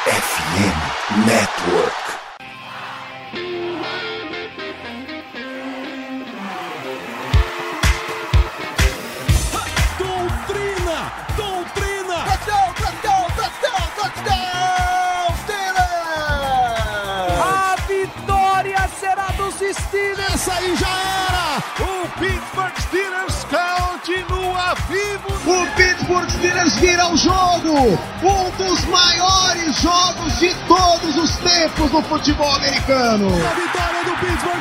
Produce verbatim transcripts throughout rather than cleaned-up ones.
F M Network. Steelers, essa aí já era! O Pittsburgh Steelers continua vivo! O Pittsburgh Steelers vira o jogo! Um dos maiores jogos de todos os tempos no futebol americano! A vitória do Pittsburgh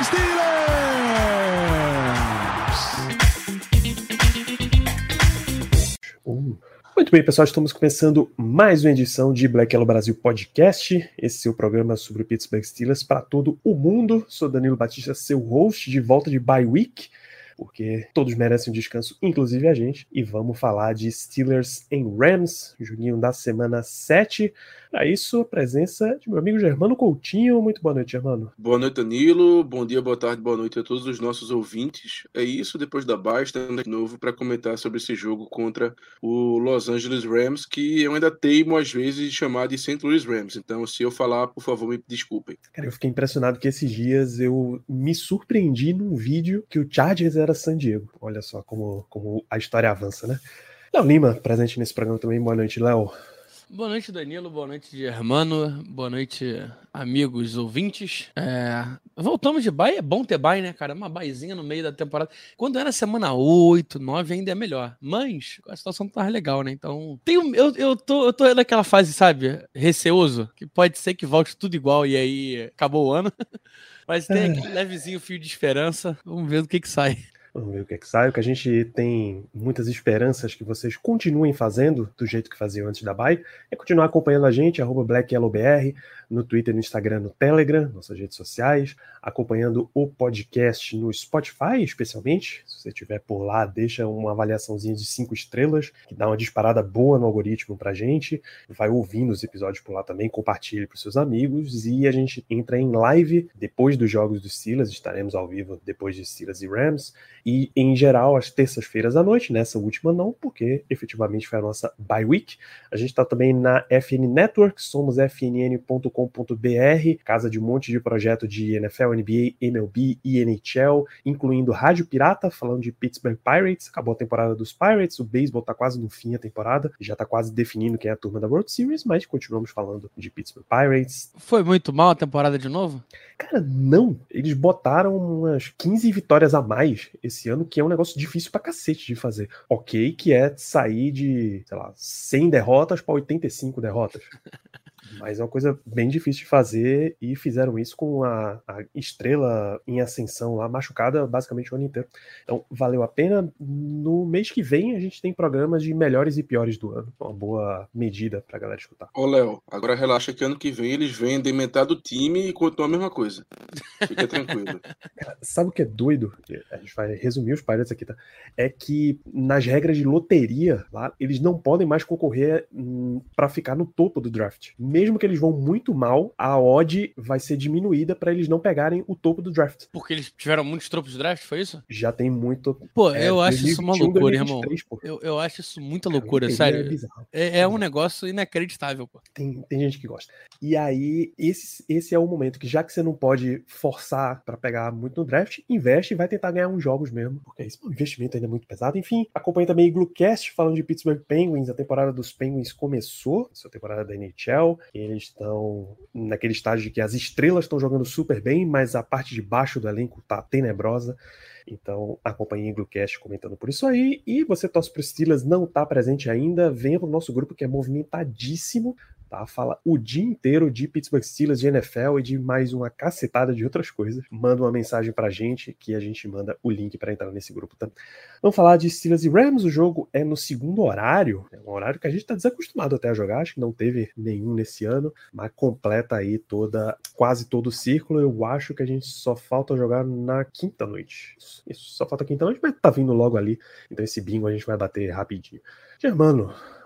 Steelers! Uh. Muito bem, pessoal, estamos começando mais uma edição de Black Yellow Brasil Podcast, esse é o programa sobre o Pittsburgh Steelers para todo o mundo. Sou Danilo Batista, seu host, de volta de bye week, porque todos merecem um descanso, inclusive a gente, e vamos falar de Steelers em Rams, joguinho da semana sete. Para isso, a presença de meu amigo Germano Coutinho. Muito boa noite, Germano. Boa noite, Danilo. Bom dia, boa tarde, boa noite a todos os nossos ouvintes. É isso, depois da bye, estamos de novo para comentar sobre esse jogo contra o Los Angeles Rams, que eu ainda teimo às vezes de chamar de Saint Louis Rams. Então, se eu falar, por favor, me desculpem. Cara, eu fiquei impressionado que esses dias eu me surpreendi num vídeo que o Chargers era San Diego. Olha só como, como a história avança, né? Léo Lima, presente nesse programa também. Boa noite, Léo. Boa noite, Danilo. Boa noite, Germano. Boa noite, amigos ouvintes. É... Voltamos de bye. É bom ter bye, né, cara? Uma byezinha no meio da temporada. Quando era semana oito, nove, ainda é melhor. Mas a situação tá legal, né? Então, tenho... eu, eu, tô, eu tô naquela fase, sabe, receoso, que pode ser que volte tudo igual e aí acabou o ano. Mas tem aquele levezinho fio de esperança. Vamos ver do que que sai. Vamos ver o que é que sai. O que a gente tem muitas esperanças que vocês continuem fazendo do jeito que faziam antes da bye é continuar acompanhando a gente, arroba BlackYellowBR, no Twitter, no Instagram, no Telegram, nossas redes sociais, acompanhando o podcast no Spotify, especialmente. Se você estiver por lá, deixa uma avaliaçãozinha de cinco estrelas, que dá uma disparada boa no algoritmo pra gente. Vai ouvindo os episódios por lá também, compartilhe para os seus amigos, e a gente entra em live depois dos jogos dos Steelers, estaremos ao vivo depois de Steelers e Rams, e em geral às terças-feiras à noite, nessa última não, porque efetivamente foi a nossa bye week. A gente está também na F N Network, somos f n n ponto com ponto b r, casa de um monte de projeto de N F L, N B A, M L B e N H L, incluindo Rádio Pirata, falando de Pittsburgh Pirates. Acabou a temporada dos Pirates, o beisebol está quase no fim da temporada, já está quase definindo quem é a turma da World Series, mas continuamos falando de Pittsburgh Pirates. Foi muito mal a temporada de novo? Cara, não. Eles botaram umas quinze vitórias a mais esse ano, que é um negócio difícil pra cacete de fazer. Ok, que é sair de, sei lá, cem derrotas pra oitenta e cinco derrotas. Mas é uma coisa bem difícil de fazer, e fizeram isso com a, a estrela em ascensão lá, machucada basicamente o ano inteiro. Então, valeu a pena. No mês que vem a gente tem programas de melhores e piores do ano. Uma boa medida pra galera escutar. Ô, Léo, agora relaxa que ano que vem eles vendem metade do time e continuam a mesma coisa. Fica tranquilo. Cara, sabe o que é doido? A gente vai resumir os Pirates aqui, tá? É que nas regras de loteria lá, eles não podem mais concorrer hum, pra ficar no topo do draft. Mesmo que eles vão muito mal, a odd vai ser diminuída pra eles não pegarem o topo do draft. Porque eles tiveram muitos tropos de draft, foi isso? Já tem muito... Pô, é, eu acho isso uma loucura, irmão. Pô. Eu, eu acho isso muita Cara, loucura, loteria sério. É, bizarro. É, é um negócio inacreditável, pô. Tem, tem gente que gosta. E aí, esse, esse é o momento que, já que você não pode forçar pra pegar muito no draft, investe e vai tentar ganhar uns jogos mesmo, porque esse é um investimento ainda muito pesado. Enfim, acompanha também o Glucast, falando de Pittsburgh Penguins. A temporada dos Penguins começou, essa temporada da N H L. Eles estão naquele estágio de que as estrelas estão jogando super bem, mas a parte de baixo do elenco tá tenebrosa. Então acompanhe o Glucast comentando por isso aí. E você torce pro Steelers, não tá presente ainda, venha pro nosso grupo que é movimentadíssimo, tá? Fala o dia inteiro de Pittsburgh Steelers, de N F L e de mais uma cacetada de outras coisas. Manda uma mensagem pra gente que a gente manda o link para entrar nesse grupo também. Vamos falar de Steelers e Rams. O jogo é no segundo horário, é um horário que a gente tá desacostumado até a jogar, acho que não teve nenhum nesse ano, mas completa aí toda, quase todo o círculo. Eu acho que a gente só falta jogar na quinta noite. Isso, isso só falta quinta noite, mas tá vindo logo ali, então esse bingo a gente vai bater rapidinho. Germano,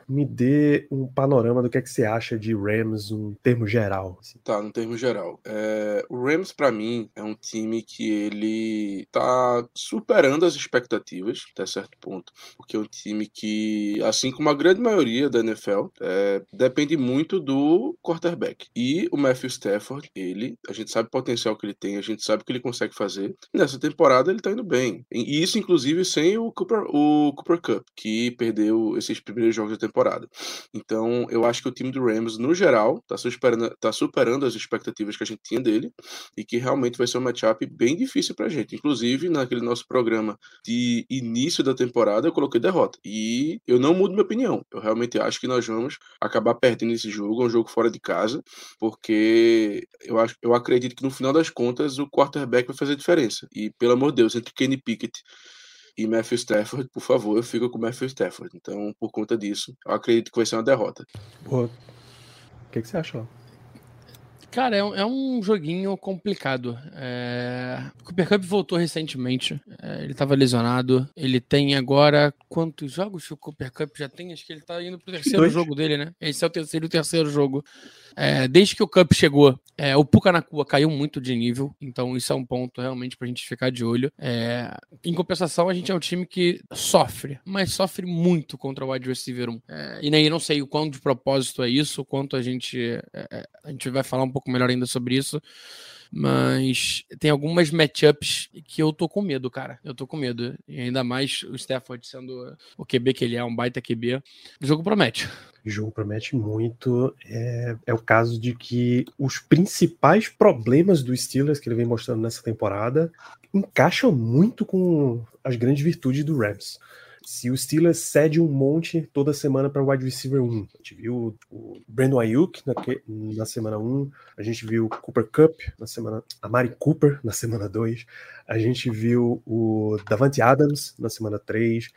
me dê um panorama do que é que você acha de Rams, um termo geral. Assim. Tá, no termo geral. É, o Rams, pra mim, é um time que ele tá superando as expectativas, até certo ponto, porque é um time que, assim como a grande maioria da N F L, é, depende muito do quarterback. E o Matthew Stafford, ele, a gente sabe o potencial que ele tem, a gente sabe o que ele consegue fazer. Nessa temporada ele tá indo bem. E isso, inclusive, sem o Cooper, o Cooper Kupp, que perdeu esses primeiros jogos da temporada. Então, eu acho que o time do Rams, no geral, tá superando, tá superando as expectativas que a gente tinha dele e que realmente vai ser um matchup bem difícil pra gente. Inclusive, naquele nosso programa de início da temporada, eu coloquei derrota. E eu não mudo minha opinião. Eu realmente acho que nós vamos acabar perdendo esse jogo, é um jogo fora de casa, porque eu, acho, eu acredito que no final das contas o quarterback vai fazer diferença. E, pelo amor de Deus, entre Kenny Pickett e Matthew Stafford, por favor, eu fico com o Matthew Stafford. Então, por conta disso, eu acredito que vai ser uma derrota. Boa. O que, que você achou? Cara, é um, é um joguinho complicado. É... O Cooper Kupp voltou recentemente. É, ele estava lesionado. Ele tem agora... Quantos jogos que o Cooper Kupp já tem? Acho que ele tá indo pro terceiro Dois. jogo dele, né? Esse é o terceiro e o terceiro jogo. É, desde que o Kupp chegou, é, o Puka Nacua caiu muito de nível. Então isso é um ponto realmente pra gente ficar de olho. É... Em compensação, a gente é um time que sofre. Mas sofre muito contra o wide receiver um. É... E nem eu não sei o quão de propósito é isso. O quanto a gente... É... A gente vai falar um pouco melhor ainda sobre isso, mas tem algumas matchups que eu tô com medo, cara. Eu tô com medo. E ainda mais o Stafford sendo o Q B que ele é, um baita Q B. O jogo promete. O jogo promete muito. É, é o caso de que os principais problemas do Steelers que ele vem mostrando nessa temporada encaixam muito com as grandes virtudes do Rams. Se o Steelers cede um monte toda semana para o wide receiver um, a gente viu o Brandon Ayuk na, na semana um, a gente viu o Cooper Kupp na semana, a Amari Cooper na semana dois, a gente viu o Davante Adams na semana três,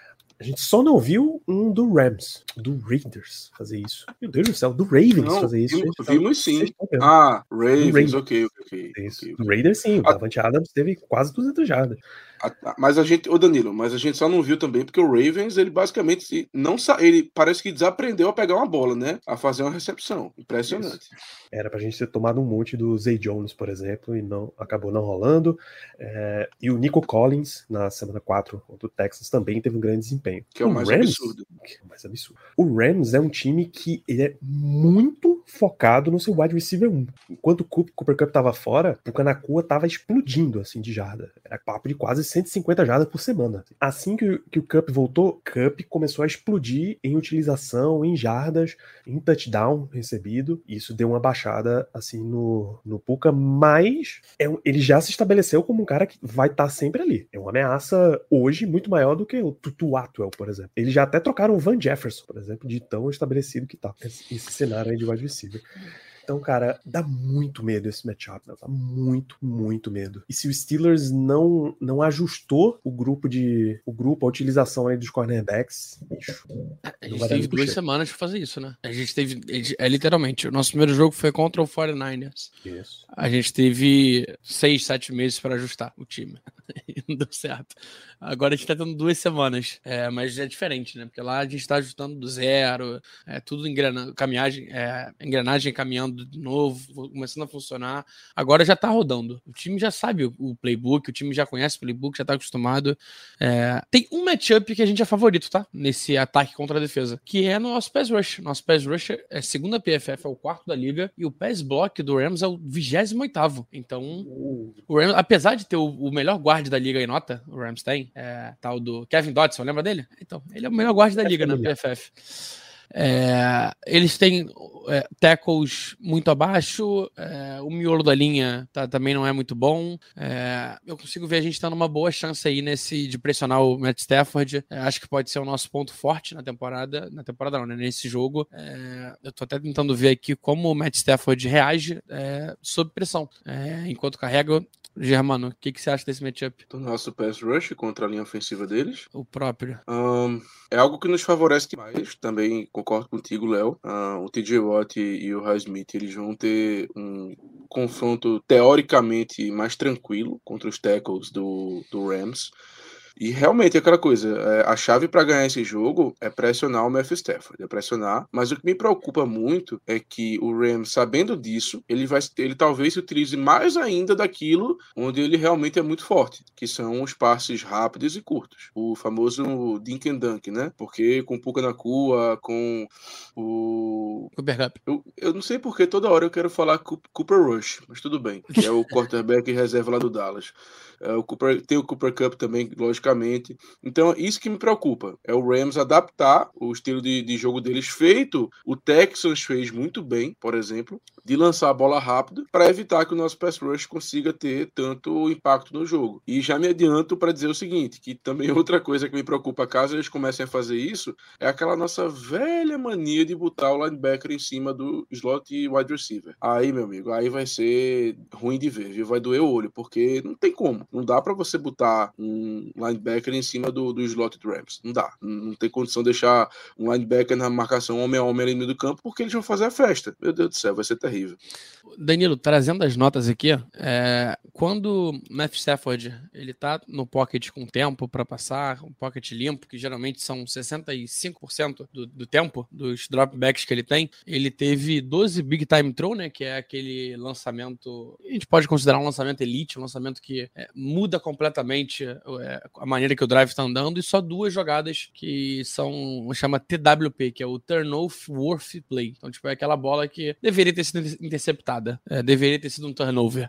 a gente só não viu um do Rams, do Raiders fazer isso. Meu Deus do céu, do Ravens não, fazer isso. Vimos, vimos sim. Ah, Ravens, Ravens. ok, ok. Isso. okay, okay. Do Raiders sim, o a... Davante Adams teve quase duzentas jardas. Mas a gente, ô Danilo, mas a gente só não viu também porque o Ravens, ele basicamente não ele parece que desaprendeu a pegar uma bola, né? A fazer uma recepção. Impressionante. Isso. Era pra gente ter tomado um monte do Zay Jones, por exemplo, e não acabou não rolando. É, e o Nico Collins, na semana quatro contra o Texas, também teve um grande desempenho. Que é o, o mais Rams, absurdo. Que é o mais absurdo. O Rams é um time que ele é muito focado no seu wide receiver um. Enquanto o Cooper Kupp tava fora, o Kanakua tava explodindo, assim, de jarda. Era papo de quase cento e cinquenta jardas por semana. Assim que o, que o Kupp voltou, Kupp começou a explodir em utilização, em jardas, em touchdown recebido. E isso deu uma baixada, assim, no, no Puka, mas é, ele já se estabeleceu como um cara que vai estar tá sempre ali. É uma ameaça hoje muito maior do que o Tutu Atwell, por exemplo. Eles já até trocaram o Van Jefferson, por exemplo, de tão estabelecido que tá esse, esse cenário aí de wide receiver. Então, cara, dá muito medo esse matchup, né? Dá muito, muito medo. E se o Steelers não, não ajustou o grupo de o grupo, a utilização aí dos cornerbacks, bicho, a gente teve duas cheio. semanas pra fazer isso, né? A gente teve, é literalmente, o nosso primeiro jogo foi contra o forty-niners. Isso. A gente teve seis, sete meses para ajustar o time. E não deu certo. Agora a gente tá tendo duas semanas, é, mas é diferente, né? Porque lá a gente tá ajustando do zero, é tudo engrenagem, caminhagem, é, engrenagem caminhando de novo, começando a funcionar. Agora já tá rodando. O time já sabe o, o playbook, o time já conhece o playbook, já tá acostumado. É, tem um matchup que a gente é favorito, tá? Nesse ataque contra a defesa, que é no nosso pass rush. Nosso pass rush é segunda P F F, é o quarto da liga, e o pass block do Rams é o vigésimo oitavo. Então, o Rams, apesar de ter o, o melhor guarda da liga em nota, o Rams tem, é, tal do Kevin Dodson, lembra dele? Então, ele é o melhor guarda da liga na P F F. É, eles têm é, tackles muito abaixo, é, o miolo da linha tá, também não é muito bom. É, eu consigo ver a gente tendo uma boa chance aí nesse de pressionar o Matt Stafford. É, acho que pode ser o nosso ponto forte na temporada, na temporada não, né, nesse jogo. É, eu tô até tentando ver aqui como o Matt Stafford reage é, sob pressão, é, enquanto carrega. Germano, o que, que você acha desse matchup? Do nosso pass rush contra a linha ofensiva deles? O próprio. Um, é algo que nos favorece demais. Também concordo contigo, Léo. Uh, o T J Watt e o Highsmith, eles vão ter um confronto teoricamente mais tranquilo contra os tackles do, do Rams. E realmente é aquela coisa, é, a chave para ganhar esse jogo é pressionar o Matthew Stafford, é pressionar, mas o que me preocupa muito é que o Rams, sabendo disso, ele vai ele talvez utilize mais ainda daquilo onde ele realmente é muito forte, que são os passes rápidos e curtos, o famoso dink and dunk, né? Porque com o Puka Nacua, com o Cooper Kupp. Eu, eu não sei porque toda hora eu quero falar Cooper Rush, mas tudo bem, que é o quarterback reserva lá do Dallas. É, o Cooper, tem o Cooper Kupp também, logicamente. Então, isso que me preocupa. É o Rams adaptar o estilo de, de jogo deles feito. O Texans fez muito bem, por exemplo, de lançar a bola rápido para evitar que o nosso pass rush consiga ter tanto impacto no jogo. E já me adianto para dizer o seguinte, que também outra coisa que me preocupa caso eles comecem a fazer isso é aquela nossa velha mania de botar o linebacker em cima do slot e wide receiver. Aí, meu amigo, aí vai ser ruim de ver, viu? Vai doer o olho, porque não tem como. Não dá para você botar um linebacker em cima do, do slot do Rams. Não dá. Não tem condição de deixar um linebacker na marcação homem a homem ali no meio do campo, porque eles vão fazer a festa. Meu Deus do céu, vai ser terrível. Danilo, trazendo as notas aqui, é, quando o Matthew Stafford ele tá no pocket com tempo para passar, um pocket limpo, que geralmente são sessenta e cinco por cento do, do tempo dos dropbacks que ele tem, ele teve doze big time throw, né, que é aquele lançamento, a gente pode considerar um lançamento elite, um lançamento que é, muda completamente é, a maneira que o drive está andando, e só duas jogadas que são, chama T W P, que é o Turnover Worth Play. Então, tipo, é aquela bola que deveria ter sido interceptada, é, deveria ter sido um turnover.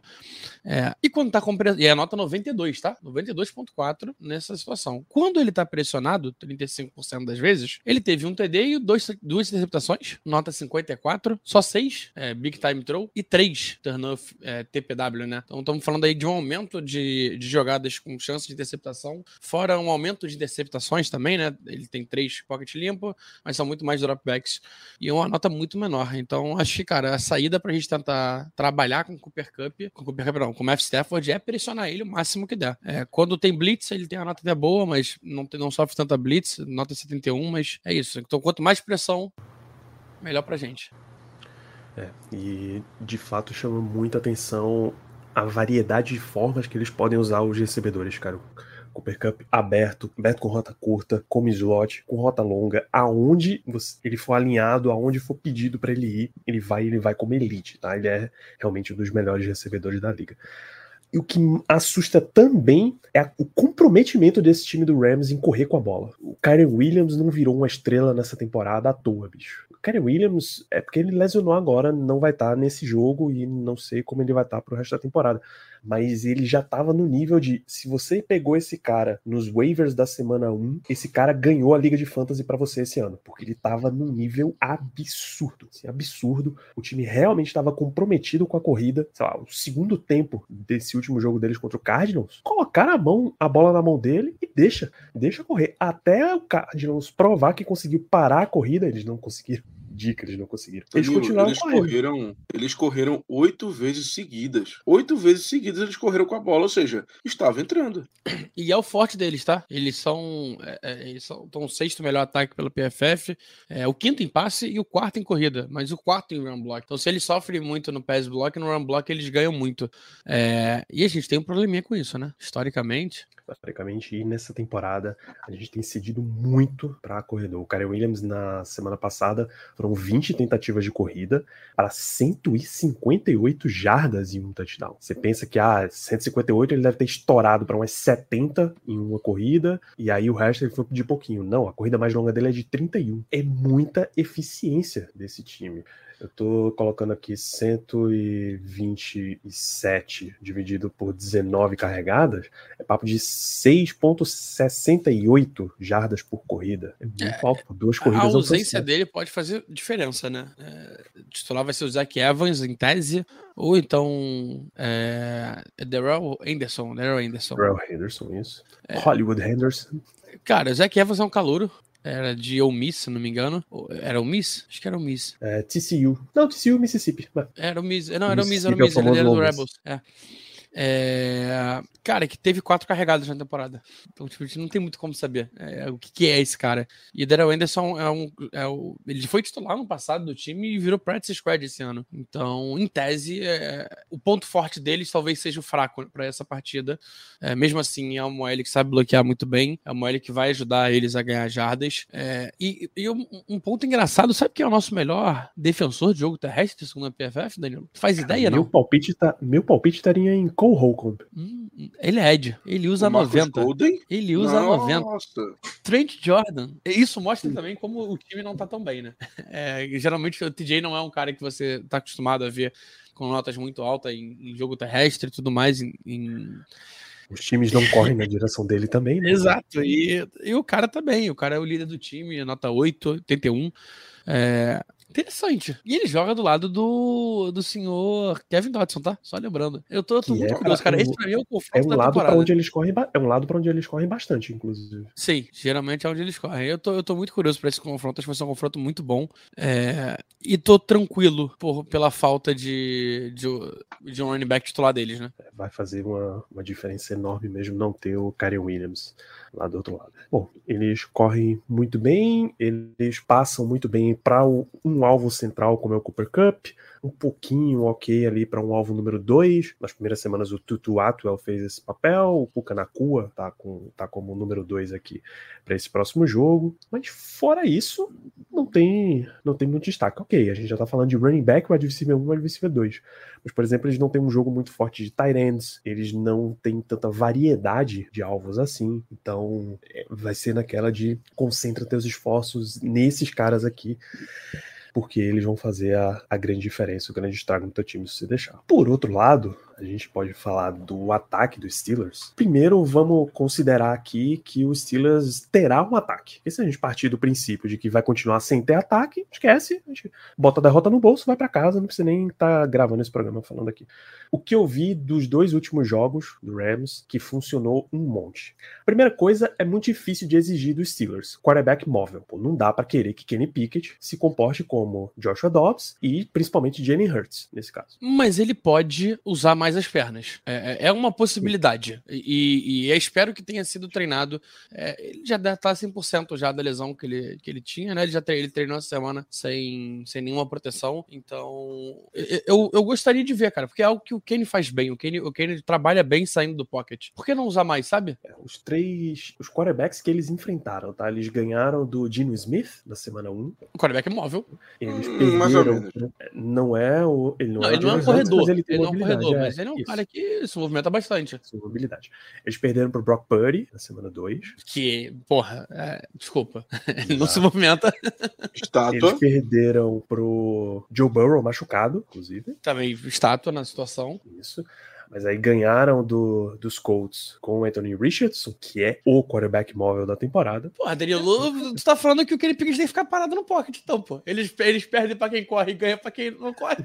É, e quando tá com pressão, e é a nota noventa e dois, tá? noventa e dois ponto quatro nessa situação. Quando ele tá pressionado, trinta e cinco por cento das vezes, ele teve um T D e dois, duas interceptações, nota cinquenta e quatro, só seis é, big time throw e três turnover é, T P W, né? Então estamos falando aí de um aumento de, de jogadas com chance de interceptação, fora um aumento de interceptações também, né? Ele tem três pocket limpo, mas são muito mais dropbacks e uma nota muito menor. Então acho que, cara, a saída pra gente tentar trabalhar com o Cooper Kupp, com o Cooper Kupp não, com o Matthew Stafford é pressionar ele o máximo que der. É, quando tem blitz, ele tem a nota até boa, mas não, tem, não sofre tanta blitz, nota setenta e um, mas é isso. Então quanto mais pressão, melhor pra gente. É, e de fato chama muita atenção a variedade de formas que eles podem usar os recebedores, cara. Cooper Kupp aberto, aberto com rota curta, como slot, com rota longa, aonde você, ele for alinhado, aonde for pedido para ele ir, ele vai, ele vai como elite, tá? Ele é realmente um dos melhores recebedores da liga. E o que assusta também é o comprometimento desse time do Rams em correr com a bola. O Kyren Williams não virou uma estrela nessa temporada à toa, bicho. O Kyren Williams é porque ele lesionou agora, não vai estar nesse jogo e não sei como ele vai estar pro resto da temporada. Mas ele já estava no nível de, se você pegou esse cara nos waivers da semana um, esse cara ganhou a Liga de Fantasy para você esse ano, porque ele estava num nível absurdo, assim, absurdo. O time realmente estava comprometido com a corrida. Sei lá, o segundo tempo desse último jogo deles contra o Cardinals, colocaram a mão, a bola na mão dele e deixa, deixa correr. Até o Cardinals provar que conseguiu parar a corrida, eles não conseguiram. Dica, eles não conseguiram. Eles Danilo, continuaram eles correndo. correram, eles correram oito vezes seguidas. Oito vezes seguidas eles correram com a bola, ou seja, estava entrando. E é o forte deles, tá? Eles são, é, é, eles são estão o sexto melhor ataque pelo P F F, é, o quinto em passe e o quarto em corrida, mas o quarto em run block. Então, se eles sofrem muito no pass block, no run block eles ganham muito. É, e a gente tem um probleminha com isso, né? Historicamente. Historicamente, e nessa temporada a gente tem cedido muito para corredor. O Kyren Williams na semana passada foram vinte tentativas de corrida para cento e cinquenta e oito jardas e um touchdown. Você pensa que ah, cento e cinquenta e oito ele deve ter estourado para umas setenta em uma corrida e aí o resto ele foi de pouquinho. Não, a corrida mais longa dele é de trinta e um. É muita eficiência desse time. Eu tô colocando aqui cento e vinte e sete dividido por dezenove carregadas, é papo de seis vírgula sessenta e oito jardas por corrida. É muito é, alto, por duas corridas. A ausência dele pode fazer diferença, né? É, o titular vai ser o Zach Evans, em tese, ou então é, Darrell Henderson. Darrell Henderson. Darrell Henderson, isso. É, Hollywood Henderson. Cara, o Zach Evans é um calouro. Era de Ole Miss, se não me engano. Era Ole Miss? Acho que era Ole Miss. É, T C U. Não, T C U, Mississippi. Era Ole Miss. Não, era Ole Miss, era Ole Miss. Ele era do Rebels. É. É... Cara, que teve quatro carregadas na temporada. Então, tipo, a gente não tem muito como saber é, o que, que é esse cara. E Darrell Henderson é um, é um... Ele foi titular no passado do time e virou practice squad esse ano. Então, em tese, é... o ponto forte deles talvez seja o fraco para essa partida. É, mesmo assim, é uma O L que sabe bloquear muito bem. É uma O L que vai ajudar eles a ganhar jardas. É... E, e um, um ponto engraçado, sabe quem é o nosso melhor defensor de jogo terrestre, segundo a P F F, Danilo? Faz ideia, meu não? Palpite tá, meu palpite estaria em Cole Holcomb. Hum, ele é Ed. Ele usa O Marcus noventa. Golden? Ele usa noventa. Nossa. Trent Jordan. Isso mostra também como o time não tá tão bem, né? É, geralmente o T J não é um cara que você tá acostumado a ver com notas muito altas em, em jogo terrestre e tudo mais. Em, em... Os times não correm na direção dele também, né? Exato. E, e o cara tá bem. O cara é o líder do time, nota oito, oitenta e um. É... Interessante. E ele joga do lado do, do senhor Kevin Dotson, tá? Só lembrando. Eu tô, eu tô Que muito é curioso, pra- cara. um- Esse pra mim é o confronto É um da lado para temporada. onde eles correm, ba- é um lado para onde eles correm bastante, inclusive. Sim, geralmente é onde eles correm. Eu tô, eu tô muito curioso pra esse confronto. Acho que vai ser um confronto muito bom. É, e tô tranquilo por, pela falta de, de, de um running back titular deles, né? Vai fazer uma, uma diferença enorme mesmo não ter o Kyren Williams lá do outro lado. Bom, eles correm muito bem, eles passam muito bem para um alvo central como é o Cooper Kupp, um pouquinho ok ali para um alvo número dois. Nas primeiras semanas o Tutu Atwell fez esse papel, o Puka Nacua tá, com, tá como número dois aqui para esse próximo jogo. Mas fora isso, não tem, não tem muito destaque. Ok, a gente já tá falando de running back, wide receiver um, wide receiver dois. Mas, por exemplo, eles não têm um jogo muito forte de tight ends, eles não têm tanta variedade de alvos assim, então é, vai ser naquela de concentra teus esforços nesses caras aqui, porque eles vão fazer a, a grande diferença, o grande estrago no teu time se você deixar. Por outro lado, a gente pode falar do ataque dos Steelers. Primeiro, vamos considerar aqui que o Steelers terá um ataque. E se a gente partir do princípio de que vai continuar sem ter ataque, esquece, a gente bota a derrota no bolso, vai pra casa, não precisa nem estar tá gravando esse programa falando aqui. O que eu vi dos dois últimos jogos do Rams, que funcionou um monte. Primeira coisa, é muito difícil de exigir dos Steelers. Quarterback móvel. Pô, não dá pra querer que Kenny Pickett se comporte como Joshua Dobbs e principalmente Jalen Hurts, nesse caso. Mas ele pode usar mais as pernas. É, é uma possibilidade. E, e eu espero que tenha sido treinado. É, ele já deve estar cem por cento já da lesão que ele, que ele tinha, né? Ele já tre- ele treinou essa semana sem, sem nenhuma proteção. Então, eu, eu gostaria de ver, cara, porque é algo que o Kenny faz bem. O Kenny, o Kenny trabalha bem saindo do pocket. Por que não usar mais, sabe? É, os três, os quarterbacks que eles enfrentaram, tá? Eles ganharam do Geno Smith na semana um. O quarterback é móvel. Eles Hum, mais ou perderam. menos. Não é o. Ele não, Não, é, ele não é um Jalen Hurts, corredor. mas ele tem Ele não é um mobilidade. corredor, é, mas ele é um isso, cara que se movimenta bastante. isso, mobilidade. Eles perderam pro Brock Purdy na semana dois. Que, porra, é, desculpa. Ele não Exato. se movimenta. Estátua. Eles perderam pro Joe Burrow machucado, inclusive. Também estátua na situação. Isso. Mas aí ganharam do, dos Colts com o Anthony Richardson, que é o quarterback móvel da temporada. Porra, Danilo, tu tá falando que o Kenny Pickett tem que ficar parado no pocket, então, pô. Eles, eles perdem pra quem corre e ganham pra quem não corre.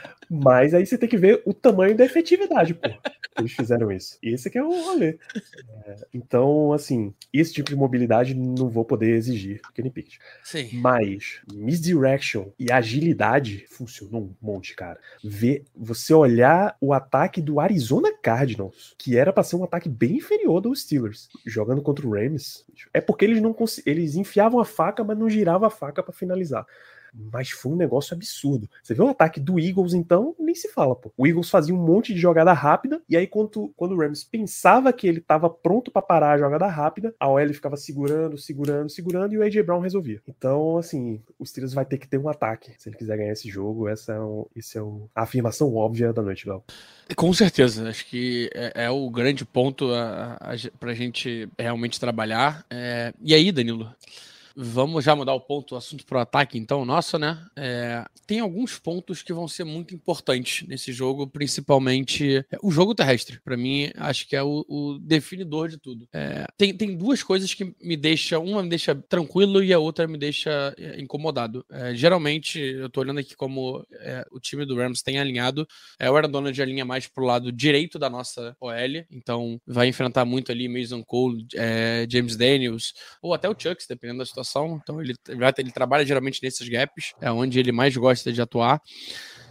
Mas aí você tem que ver o tamanho da efetividade, pô. Eles fizeram isso. E esse que é o rolê. É, então, assim, esse tipo de mobilidade não vou poder exigir do Kenny Pickett. Sim. Mas misdirection e agilidade funcionam um monte, cara. Ver, você olhar o ataque do Arizona Cardinals, que era pra ser um ataque bem inferior dos Steelers, jogando contra o Rams, é porque eles não cons- eles enfiavam a faca, mas não giravam a faca pra finalizar. Mas foi um negócio absurdo. Você vê o ataque do Eagles, então, nem se fala, pô. O Eagles fazia um monte de jogada rápida, e aí quando, quando o Rams pensava que ele tava pronto pra parar a jogada rápida, a O L ficava segurando, segurando, segurando, e o A J Brown resolvia. Então, assim, o Steelers vai ter que ter um ataque se ele quiser ganhar esse jogo. Essa é, um, essa é um, a afirmação óbvia da noite, Léo. Com certeza, acho que é, é o grande ponto a, a, a, pra gente realmente trabalhar. É, e aí, Danilo? Vamos já mudar o ponto, o assunto para o ataque, então, nossa, né? É, tem alguns pontos que vão ser muito importantes nesse jogo, principalmente o jogo terrestre. Para mim, acho que é o, o definidor de tudo. É, tem, tem duas coisas que me deixam, uma me deixa tranquilo e a outra me deixa é, incomodado. É, geralmente, eu tô olhando aqui como é, o time do Rams tem alinhado. É, o Aaron Donald alinha mais pro lado direito da nossa O L, então vai enfrentar muito ali Mason Cole, é, James Daniels, ou até o Chucks, dependendo da situação. Então ele, ele trabalha geralmente nesses gaps, é onde ele mais gosta de atuar.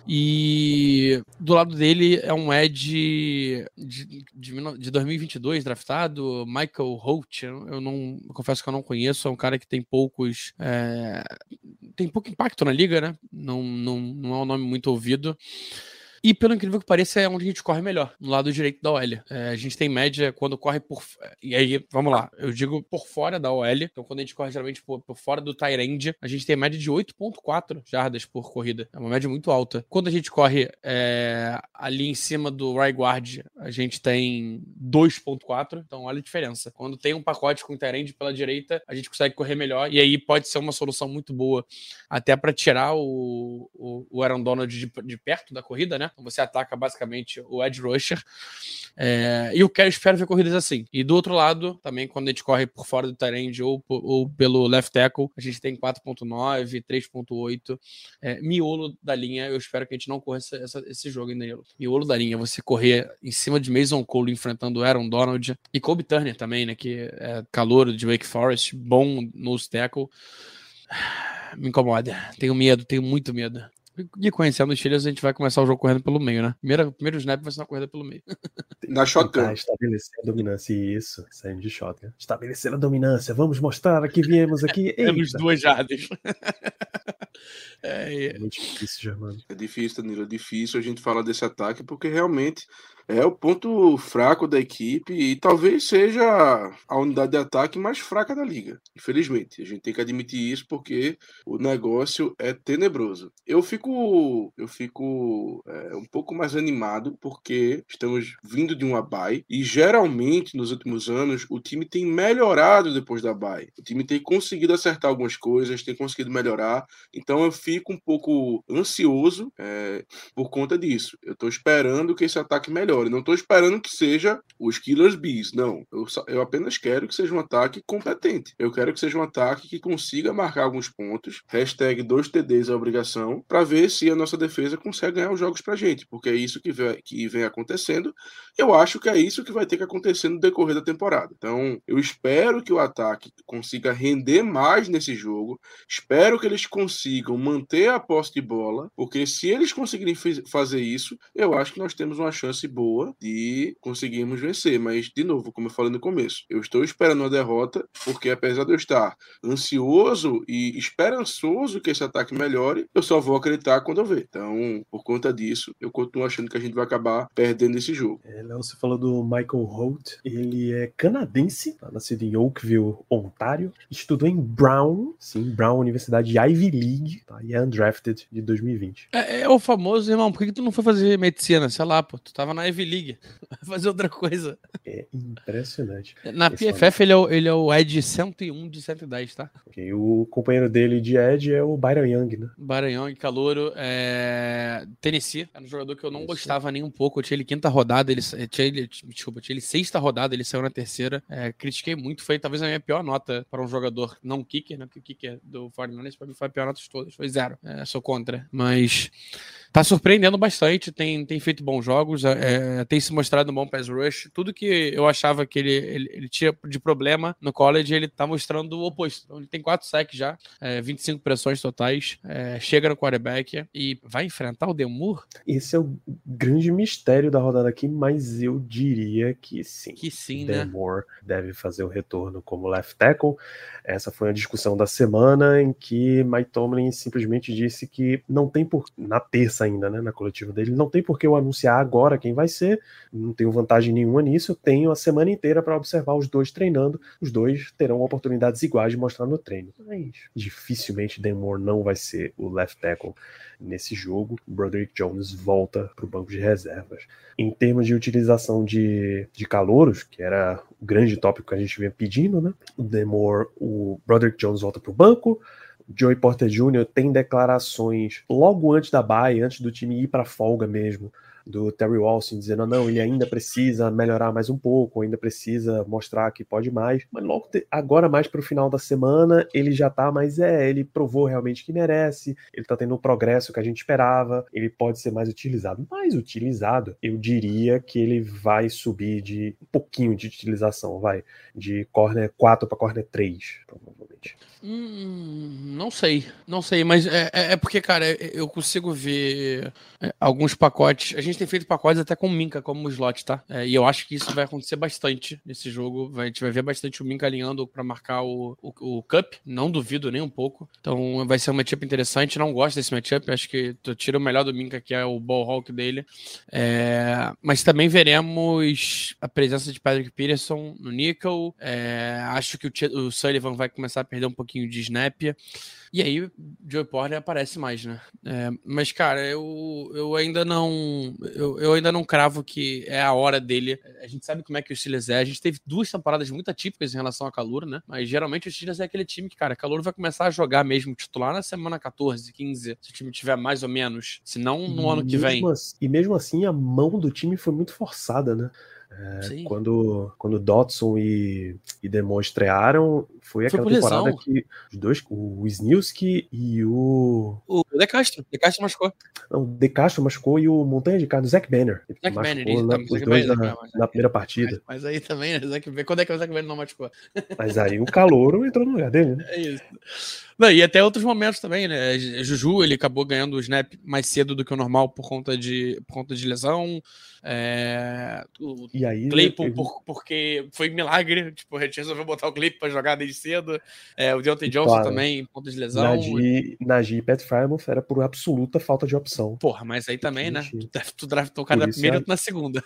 E do lado dele é um edge de, de, de dois mil e vinte e dois draftado, Michael Holt. Eu não eu confesso que eu não conheço, é um cara que tem poucos é, tem pouco impacto na liga, né? Não, não, não é um nome muito ouvido. E pelo incrível que pareça, é onde a gente corre melhor, no lado direito da O L. É, a gente tem média quando corre por... E aí, vamos lá, eu digo por fora da O L. Então, quando a gente corre geralmente por, por fora do tight end, a gente tem média de oito ponto quatro jardas por corrida. É uma média muito alta. Quando a gente corre é, ali em cima do right guard, a gente tem dois ponto quatro. Então, olha a diferença. Quando tem um pacote com tight end pela direita, a gente consegue correr melhor. E aí pode ser uma solução muito boa até para tirar o, o, o Aaron Donald de, de perto da corrida, né? Você ataca basicamente o edge rusher. É, e eu quero, espero ver corridas assim. E do outro lado, também quando a gente corre por fora do tight end ou, ou pelo left tackle, a gente tem quatro ponto nove, três ponto oito. É, miolo da linha, eu espero que a gente não corra essa, essa, esse jogo ainda. Miolo da linha, você correr em cima de Mason Cole enfrentando Aaron Donald e Kobe Turner também, né? Que é calouro de Wake Forest, bom nose tackle. Me incomoda. Tenho medo, tenho muito medo. E conhecendo os Steelers, a gente vai começar o jogo correndo pelo meio, né? Primeiro, primeiro snap vai ser uma corrida pelo meio. Na shotgun. Estabelecer a dominância. Isso, saindo de shotgun. Estabelecer a dominância. Vamos mostrar que viemos aqui. Temos duas jardas. É, é muito difícil, Germano. É difícil, Danilo. É difícil a gente falar desse ataque porque realmente é o ponto fraco da equipe e talvez seja a unidade de ataque mais fraca da liga. Infelizmente, a gente tem que admitir isso porque o negócio é tenebroso. Eu fico, eu fico é, um pouco mais animado porque estamos vindo de uma bye e geralmente nos últimos anos o time tem melhorado depois da bye. O time tem conseguido acertar algumas coisas, tem conseguido melhorar. Então eu fico um pouco ansioso é, por conta disso. Eu estou esperando que esse ataque melhore. Não estou esperando que seja os Killers Bees, não. Eu, eu apenas quero que seja um ataque competente. Eu quero que seja um ataque que consiga marcar alguns pontos. Hashtag dois T Ds é obrigação, para ver se a nossa defesa consegue ganhar os jogos pra gente, porque é isso que vem, que vem acontecendo. Eu acho que é isso que vai ter que acontecer no decorrer da temporada. Então, eu espero que o ataque consiga render mais nesse jogo. Espero que eles consigam manter a posse de bola, porque se eles conseguirem fazer isso, eu acho que nós temos uma chance boa de conseguirmos vencer, mas de novo, como eu falei no começo, eu estou esperando uma derrota, porque apesar de eu estar ansioso e esperançoso que esse ataque melhore, eu só vou acreditar quando eu ver. Então, por conta disso, eu continuo achando que a gente vai acabar perdendo esse jogo. É, Léo, você falou do Michael Holt, ele é canadense, tá nascido em Oakville, Ontário, estudou em Brown, sim, Brown, Universidade Ivy League, tá, e é undrafted de dois mil e vinte. É, é o famoso, irmão, por que tu não foi fazer medicina? Sei lá, pô, tu tava na Ivy League, vai fazer outra coisa. É impressionante. Na P F F ele é, o, ele é o Ed cento e um de cento e dez, tá? Okay, o companheiro dele de Ed é o Byron Young, né? Byron Young, calouro, é... Tennessee, era um jogador que eu não Isso. gostava nem um pouco, eu tinha ele quinta rodada, ele, tinha ele, desculpa, eu tinha ele sexta rodada, ele saiu na terceira, é, critiquei muito, foi talvez a minha pior nota para um jogador não kicker, né, porque o kicker do Fortnite para mim foi a pior nota de todas, foi zero, é, sou contra, mas tá surpreendendo bastante, tem, tem feito bons jogos, é, tem se mostrado um bom pass rush, tudo que eu achava que ele, ele, ele tinha de problema no college, ele tá mostrando o oposto, então ele tem quatro sacks já, é, vinte e cinco pressões totais, é, chega no quarterback e vai enfrentar o Demur? Esse é o grande mistério da rodada aqui, mas eu diria que sim. Que sim, Demur né? deve fazer o retorno como left tackle. Essa foi a discussão da semana em que Mike Tomlin simplesmente disse que não tem por... na terça ainda, né, na coletiva dele, não tem por que eu anunciar agora quem vai ser, não tenho vantagem nenhuma nisso, eu tenho a semana inteira para observar os dois treinando, os dois terão oportunidades iguais de mostrar no treino. Mas dificilmente Demur não vai ser o left tackle nesse jogo. Broderick Jones volta para o banco de reservas. Em termos de utilização de, de calouros, que era o grande tópico que a gente vinha pedindo, né? O Demur, o Broderick Jones volta para o banco. Joey Porter Júnior tem declarações logo antes da bye, antes do time ir para folga mesmo, do Terry Walston dizendo, não, ele ainda precisa melhorar mais um pouco, ainda precisa mostrar que pode mais, mas logo te, agora mais para o final da semana, ele já tá, mas é, ele provou realmente que merece, ele tá tendo o progresso que a gente esperava, ele pode ser mais utilizado, mais utilizado, eu diria que ele vai subir de um pouquinho de utilização, vai, de corner quatro para corner três, provavelmente. realmente? Hum, não sei, não sei, mas é, é, é porque, cara, eu consigo ver é, alguns pacotes. A gente tem feito pacotes até com o Minka como slot, tá? É, e eu acho que isso vai acontecer bastante nesse jogo. Vai, a gente vai ver bastante o Minka alinhando pra marcar o, o, o Cup, não duvido nem um pouco. Então vai ser um matchup interessante. Não gosto desse matchup, acho que tu tira o melhor do Minka, que é o ball hawk dele. É, mas também veremos a presença de Patrick Peterson no nickel. É, acho que o, Ch- o Sullivan vai começar a perder um pouquinho de snap. E aí o Joey Porter aparece mais, né? É, mas, cara, eu, eu ainda não. Eu, eu ainda não cravo que é a hora dele. A gente sabe como é que o Steelers é. A gente teve duas temporadas muito atípicas em relação a Calouro, né? Mas geralmente o Steelers é aquele time que, cara, Calouro vai começar a jogar mesmo titular na semana catorze, quinze, se o time tiver mais ou menos. Se não no ano que vem. Mesmo assim- e mesmo assim, a mão do time foi muito forçada, né? É, quando, quando Dotson e, e Demon estrearam, foi aquela Foi por temporada lesão. que os dois, o Wisniewski e o. O De Castro. De Castro machucou. Não, o De Castro machucou e o Montanha de Carne, o Zach Banner. Ele Zac machucou Banner, na- tá, os Zac dois Banner, na, mas- na primeira partida. Mas, mas aí também, né? Zac Banner- quando é que o Zac Banner não machucou? Mas aí o Calouro entrou no lugar dele, né? É isso. Não, e até outros momentos também, né? Juju, ele acabou ganhando o snap mais cedo do que o normal por conta de, por conta de lesão. É, o E aí, Claypool, ele- por- porque foi milagre. Tipo, a gente resolveu botar o Claypool pra jogar desde cedo. É, o Deontay Johnson claro, também, por conta de lesão. Najee, Najee e Pat Frymouth era por absoluta falta de opção. Porra, mas aí também, né? Tu, tu draftou o cara Por na isso primeira e é- outro na segunda.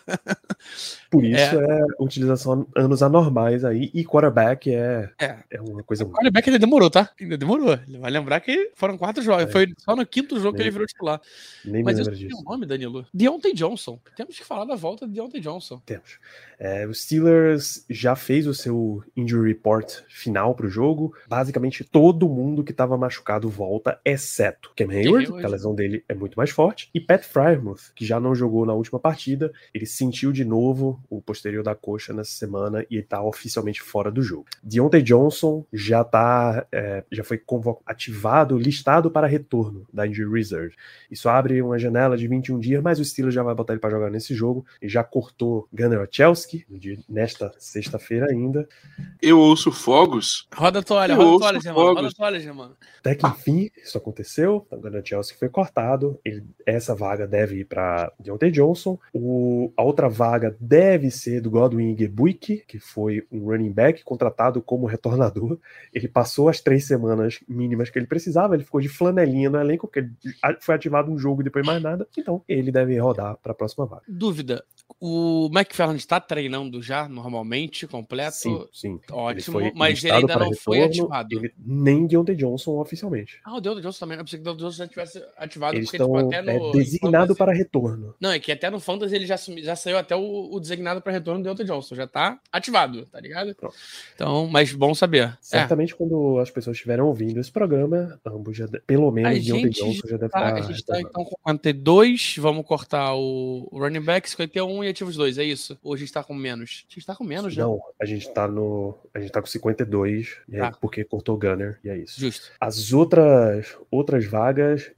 Por isso é, utilização anos anormais aí, e quarterback é, É. é uma coisa O ruim. quarterback ainda demorou, tá? Ainda demorou. Ele vai lembrar que foram quatro jogos. É. Foi só no quinto jogo que Nem- ele virou titular. Nem Mas me eu lembro sei disso. o nome, Danilo. Deontay Johnson. Temos que falar da volta de Deontay Johnson. Temos. É, o Steelers já fez o seu injury report final pro jogo. Basicamente, todo mundo que estava machucado volta, exceto Cam Hayward, Hayward. que a lesão dele é muito mais forte, e Pat Frymouth, que já não jogou na última partida. Ele sentiu de novo o posterior da coxa nessa semana e está oficialmente fora do jogo. Deontay Johnson já tá, é, já foi convo- ativado, listado para retorno da injury reserve. Isso abre uma janela de vinte e um dias, mas o Steelers já vai botar ele para jogar nesse jogo e já cortou Gunnar Olszewski no dia- nesta sexta-feira ainda. Eu ouço fogos. Roda a toalha, Eu roda a ouço toalha, Germano. Roda a fogos. toalha, Germano. Até que enfim, isso aconteceu. O Gunnar Olszewski foi cortado. Ele- essa vaga deve ir para Deontay Johnson. O, a outra vaga deve ser do Godwin Igwebuike, que foi um running back contratado como retornador. Ele passou as três semanas mínimas que ele precisava. Ele ficou de flanelinha no elenco, porque ele foi ativado um jogo e depois mais nada. Então, ele deve rodar para a próxima vaga. Dúvida. O McFarland está treinando já normalmente, completo? Sim, sim. Ótimo, Ele foi mas ele listado ainda para não foi retorno, ativado. ele- nem Deontay Johnson oficialmente. Ah, o Deontay Johnson também. Eu pensei que o Deontay Johnson já tivesse ativado, Eles porque estão tipo, até no. é, designado Fantasy- para retorno. Não, é que até no Fantasy ele já, assumi- já saiu até o, o designado para retorno do Deontay Johnson. Já tá ativado, tá ligado? Pronto. Então, mas bom saber. É. Certamente quando as pessoas estiverem ouvindo esse programa, ambos já, de- pelo A menos Deontay gente, Johnson já deve tá, estar a gente tá retornando. então com cinquenta e dois, vamos cortar o, o running back, cinquenta e um e ativos dois, é isso? Ou a gente tá com menos? A gente tá com menos, né? Não, a gente tá no. A gente tá com cinquenta e dois, e aí, Tá. porque cortou o Gunner, e é isso. Justo. As outras, outras vagas,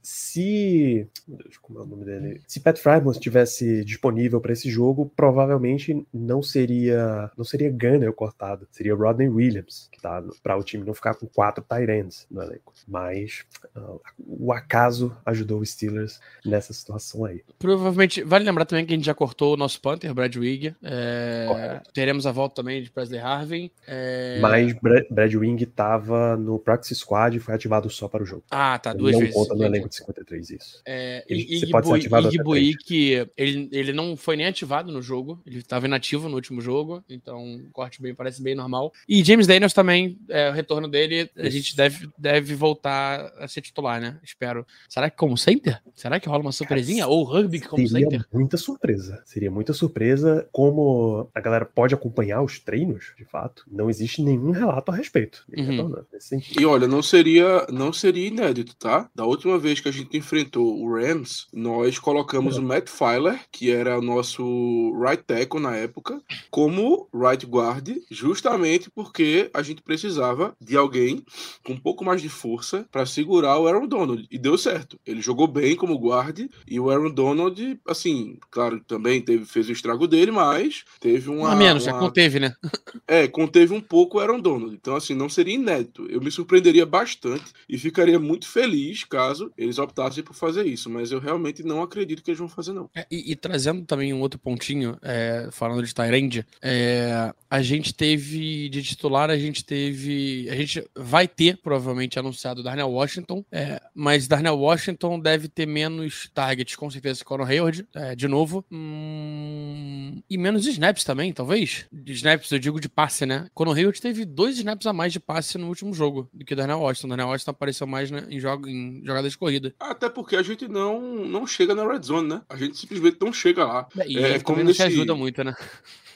se. Meu Deus, como é o nome dele? Se Pat Frymouth estivesse disponível para esse jogo, provavelmente não seria. Não seria Gunner cortado, seria Rodney Williams, que tá para o time não ficar com quatro tight ends no elenco. Mas uh, o acaso ajudou os Steelers nessa situação aí. Provavelmente, vale lembrar também que a gente já cortou o nosso Panther, Brad Wigg. É, teremos a volta também de Presley Harvin. É... Mas Bra- Brad Wing tava no Practice Squad e foi ativado só para o jogo. Ah, tá, Ele duas não vezes. conta no Entendi. elenco de cinquenta e três, isso. É, Ele- e você pode ser ativado até Igbuí, que ele, ele não foi nem ativado no jogo, ele estava inativo no último jogo, então o corte bem, parece bem normal. E James Daniels também, é, o retorno dele, a Isso. gente deve, deve voltar a ser titular, né? Espero. Será que como center? Será que rola uma surpresinha? Ou rugby como Seria center? muita surpresa. Seria muita surpresa. Como a galera pode acompanhar os treinos, de fato, não existe nenhum relato a respeito. Ele Uhum. retornando, nesse sentido. E olha, não seria, não seria inédito, tá? Da última vez que a gente enfrentou o Rams, nós colocamos Uhum. o Matt Filer, que era o nosso right tackle na época, como right guard, justamente porque a gente precisava de alguém com um pouco mais de força para segurar o Aaron Donald. E deu certo. Ele jogou bem como guard e o Aaron Donald, assim, claro, também teve, fez fez o estrago dele, mas teve uma... A menos, uma... já conteve, né? É, conteve um pouco o Aaron Donald. Então, assim, não seria inédito. Eu me surpreenderia bastante e ficaria muito feliz caso eles optassem por fazer isso. Mas eu realmente não acredito que eles vão fazer, não. É, e, e trazendo também um outro pontinho, é, falando de Tyrande, é, a gente teve, de titular, a gente teve, a gente vai ter, provavelmente, anunciado o Darnell Washington, é, mas Darnell Washington deve ter menos targets, com certeza, que o Conor Hayward, é, de novo, hum, e menos snaps também, talvez. De snaps, eu digo de passe, né? Conor Hayward teve dois snaps a mais de passe no último jogo do que o Darnell Washington. O Darnell Washington apareceu mais, né, em, jogo, em jogadas de corrida. Até porque a gente não, não chega na red zone, né? A gente simplesmente não chega lá. E é, ele como também nesse... não se ajuda muito, né?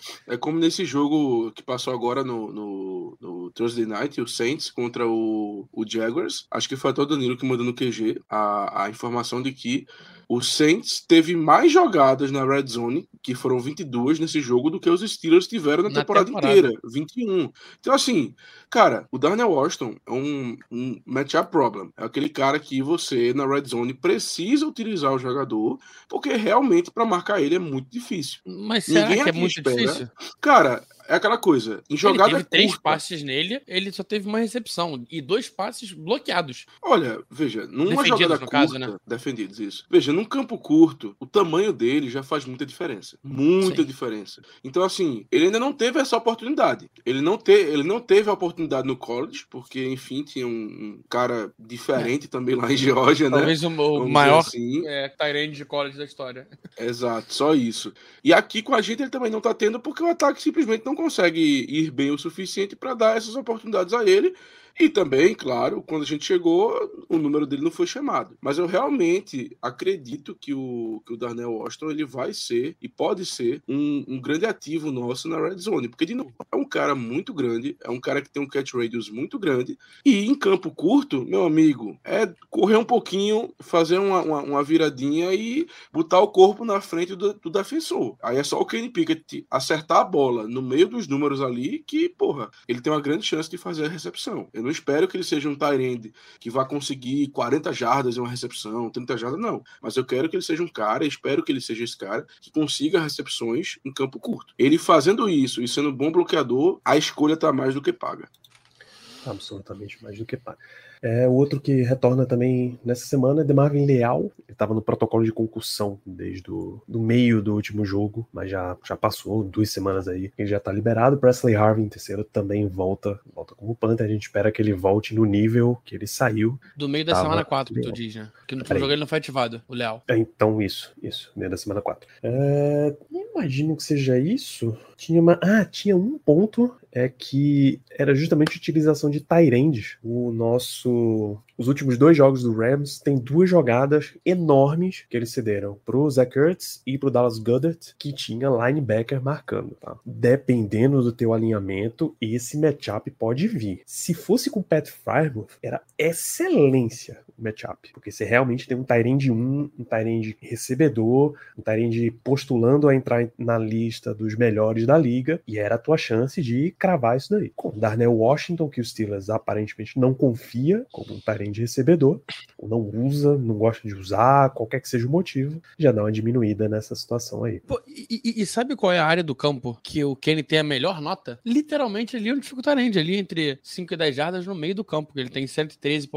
É como nesse jogo que passou agora no, no, no Thursday Night, o Saints contra o, o Jaguars. Acho que foi até o Danilo que mandou no Q G a, a informação de que o Saints teve mais jogadas na red zone, que foram vinte e duas nesse jogo, do que os Steelers tiveram na, na temporada, temporada inteira, vinte e um. Então, assim, cara, o Darnell Washington é um, um matchup problem. É aquele cara que você, na red zone, precisa utilizar o jogador, porque realmente, para marcar ele, é muito difícil. Mas será Ninguém que é muito espera... difícil? Cara, é aquela coisa. Em jogada ele teve três curta, passes nele, ele só teve uma recepção e dois passes bloqueados. Olha, veja, numa defendidos, jogada no curta, caso, né? defendidos, isso. Veja, num campo curto, o tamanho dele já faz muita diferença. Muita Sim. diferença. Então, assim, ele ainda não teve essa oportunidade. Ele não, te, ele não teve a oportunidade no college, porque, enfim, tinha um, um cara diferente é. também lá em Geórgia, né? Talvez o, o maior assim. é, tight end de college da história. Exato, só isso. E aqui com a gente ele também não tá tendo, porque o ataque simplesmente não consegue ir bem o suficiente para dar essas oportunidades a ele. E também, claro, quando a gente chegou, o número dele não foi chamado. Mas eu realmente acredito que o, que o Darnell Washington ele vai ser e pode ser um, um grande ativo nosso na red zone. Porque, de novo, é um cara muito grande, é um cara que tem um catch radius muito grande. E em campo curto, meu amigo, é correr um pouquinho, fazer uma, uma, uma viradinha e botar o corpo na frente do, do defensor. Aí é só o Kenny Pickett acertar a bola no meio dos números ali que, porra, ele tem uma grande chance de fazer a recepção. Eu não espero que ele seja um tight end que vá conseguir quarenta jardas em uma recepção, trinta jardas, não. Mas eu quero que ele seja um cara, espero que ele seja esse cara, que consiga recepções em campo curto. Ele fazendo isso e sendo um bom bloqueador, a escolha tá mais do que paga. Absolutamente mais do que paga. É, o outro que retorna também nessa semana é DeMarvin Leal. Ele estava no protocolo de concussão desde o do meio do último jogo, mas já, já passou duas semanas aí. Ele já está liberado. Presley Harvin, terceiro, também volta, volta como Panther. A gente espera que ele volte no nível que ele saiu. Do meio da tava semana quatro, que tu diz, né? Que no último jogo ele não foi ativado, o Leal. É, então, isso, isso, meio da semana quatro. É, imagino que seja isso. Tinha uma, ah, tinha um ponto é que era justamente a utilização de tight ends. O nosso... Os últimos dois jogos do Rams tem duas jogadas enormes que eles cederam pro Zach Ertz e pro Dallas Goedert, que tinha linebacker marcando, tá? Dependendo do teu alinhamento, esse matchup pode vir. Se fosse com o Pat Freiermuth, era excelência o matchup, porque você realmente tem um tight end um, um tight end recebedor, um tight end postulando a entrar na lista dos melhores da liga, e era a tua chance de cravar isso daí. Com o Darnell Washington, que o Steelers aparentemente não confia como um tight end de recebedor, ou não usa, não gosta de usar, qualquer que seja o motivo, já dá uma diminuída nessa situação aí. Pô, e, e, e sabe qual é a área do campo que o Kenny tem a melhor nota? Literalmente ali onde fica o tight end, ali entre cinco e dez jardas no meio do campo, que ele tem cento e treze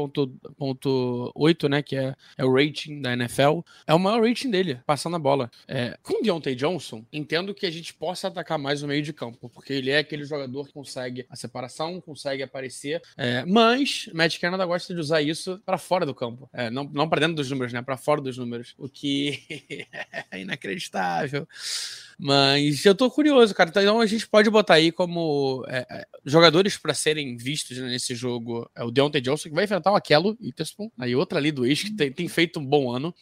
ponto oito, né, que é, é o rating da N F L. É o maior rating dele, passando a bola. É, com o Deontay Johnson, entendo que a gente possa atacar mais o meio de campo, porque ele é aquele jogador que consegue a separação, consegue aparecer, é, mas Matt Canada gosta de usar isso para fora do campo, é, não, não para dentro dos números, né, para fora dos números, o que é inacreditável. Mas eu tô curioso, cara. Então a gente pode botar aí como é, é, jogadores para serem vistos, né, nesse jogo. É o Deontay Johnson, que vai enfrentar o Akello Witherspoon, aí outra ali do ex, que tem, tem feito um bom ano.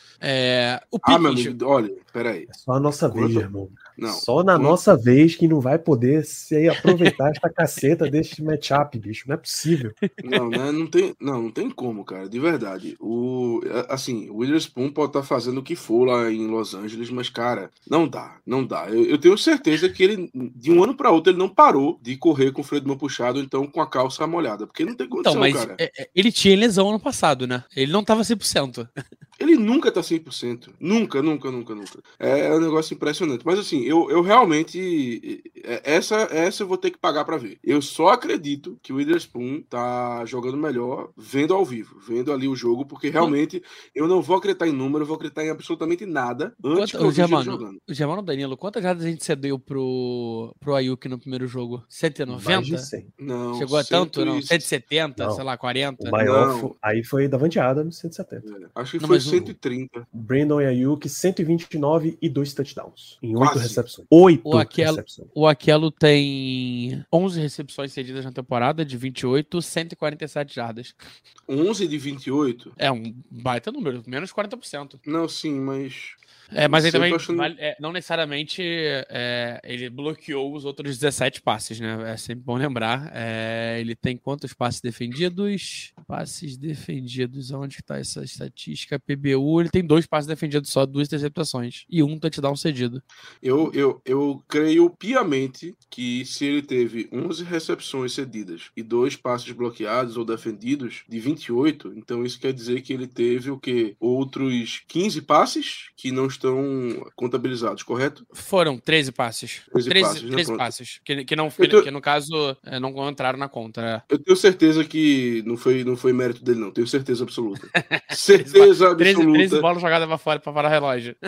É, o ah, meu amigo, olha, peraí. É só a nossa Quanto... vez, irmão. Não. Só na Quanto... nossa vez que não vai poder se aproveitar esta caceta deste matchup, bicho. Não é possível. Não, né? Não tem, não, não tem como, cara. De verdade. O, assim, o Witherspoon pode estar fazendo o que for lá em Los Angeles, mas, cara, não dá, não dá. Eu, eu tenho certeza que ele, de um ano para outro, ele não parou de correr com o freio de mão puxado, então com a calça molhada, porque não tem condição, então, mas cara. É, ele tinha lesão ano passado, né? Ele não tava cem por cento. Ele nunca tá cem por cento. Nunca, nunca, nunca, nunca. É um negócio impressionante. Mas assim, eu, eu realmente... Essa, essa eu vou ter que pagar pra ver. Eu só acredito que o Witherspoon tá jogando melhor vendo ao vivo. Vendo ali o jogo, porque realmente eu não vou acreditar em número, eu vou acreditar em absolutamente nada antes Quanto, que eu o veja ele Germano, jogando. o Germano Danilo, quantas jardas a gente cedeu pro, pro Ayuk no primeiro jogo? cento e noventa? Mais de cem. Não, Chegou a tanto? Não, cento e- cento e setenta, Não. sei lá, quarenta? O maior Não. fo- aí foi Davante Adams, cento e setenta. É, acho que Não, foi mas o- cento e trinta. Brandon e Ayuk, cento e vinte e nove e dois touchdowns. Em oito Quase. recepções. Oito O Aquelo, recepções. o Aquelo tem onze recepções cedidas na temporada, de vinte e oito, cento e quarenta e sete jardas. onze de vinte e oito? É um baita número, menos quarenta por cento. Não, sim, mas... É, mas aí Sei, também, tô achando- vale- é, não necessariamente é, ele bloqueou os outros dezessete passes, né? É sempre bom lembrar. É, ele tem quantos passes defendidos? Passes defendidos, onde que tá essa estatística? P B U, ele tem dois passes defendidos só, duas interceptações e um touchdown cedido. Eu, eu, eu creio piamente que se ele teve onze recepções cedidas e dois passes bloqueados ou defendidos de vinte e oito, então isso quer dizer que ele teve o quê? Outros quinze passes que não estão contabilizados, correto? Foram treze passes. treze treze, passes, né? treze Pronto. passes. Que, que, não, Eu tô- que no caso é, não entraram na conta. né? Eu tenho certeza que não foi, não foi mérito dele, não. Tenho certeza absoluta. Certeza treze, absoluta. treze bolas jogadas pra fora pra parar o relógio.